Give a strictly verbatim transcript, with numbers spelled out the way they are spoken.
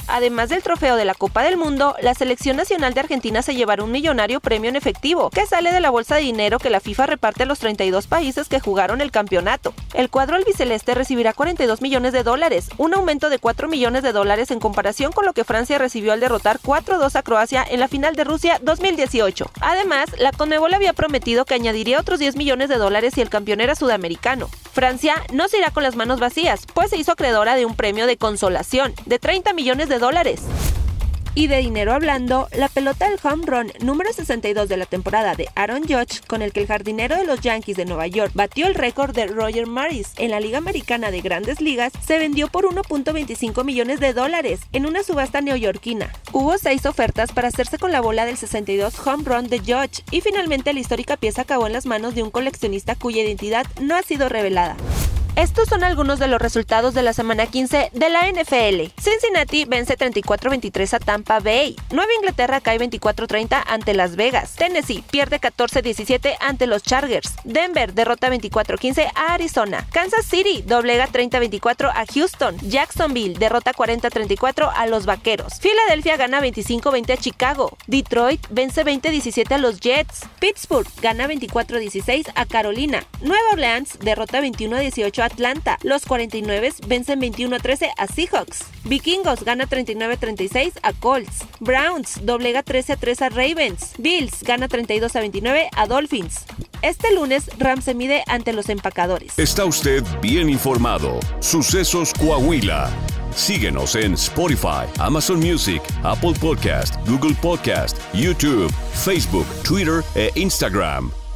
Además del trofeo de la Copa del Mundo, la selección nacional de Argentina se llevará un millonario premio en efectivo, que sale de la bolsa de dinero que la FIFA reparte a los treinta y dos países que jugaron el campeonato. El cuadro albiceleste recibirá cuarenta y dos millones de dólares, un aumento de cuatro millones de dólares en comparación con lo que Francia recibió al derrotar cuatro a dos a Croacia en la final de Rusia dos mil dieciocho. Además, la Conmebol había prometido que añadiría otros diez millones de dólares si el campeón era sudamericano. Francia no se irá con las manos vacías, pues se hizo acreedora de un premio de consolación de treinta millones de dólares. Y de dinero hablando, la pelota del home run número sesenta y dos de la temporada de Aaron Judge, con el que el jardinero de los Yankees de Nueva York batió el récord de Roger Maris en la Liga Americana de Grandes Ligas, se vendió por uno punto veinticinco millones de dólares en una subasta neoyorquina. Hubo seis ofertas para hacerse con la bola del sesenta y dos home run de Judge, y finalmente la histórica pieza acabó en las manos de un coleccionista cuya identidad no ha sido revelada. Estos son algunos de los resultados de la semana quince de la N F L. Cincinnati vence treinta y cuatro a veintitrés a Tampa Bay. Nueva Inglaterra cae veinticuatro a treinta ante Las Vegas. Tennessee pierde catorce a diecisiete ante los Chargers. Denver derrota veinticuatro a quince a Arizona. Kansas City doblega treinta a veinticuatro a Houston. Jacksonville derrota cuarenta a treinta y cuatro a los Vaqueros. Filadelfia gana veinticinco a veinte a Chicago. Detroit vence veinte a diecisiete a los Jets. Pittsburgh gana veinticuatro a dieciséis a Carolina. Nueva Orleans derrota veintiuno a dieciocho a Atlanta. Los cuarenta y nueve vencen veintiuno a trece a Seahawks. Vikingos gana treinta y nueve a treinta y seis a Colts. Browns doblega trece a tres a Ravens. Bills gana treinta y dos a veintinueve a Dolphins. Este lunes, Rams se mide ante los Empacadores. Está usted bien informado. Sucesos Coahuila. Síguenos en Spotify, Amazon Music, Apple Podcast, Google Podcast, YouTube, Facebook, Twitter e Instagram.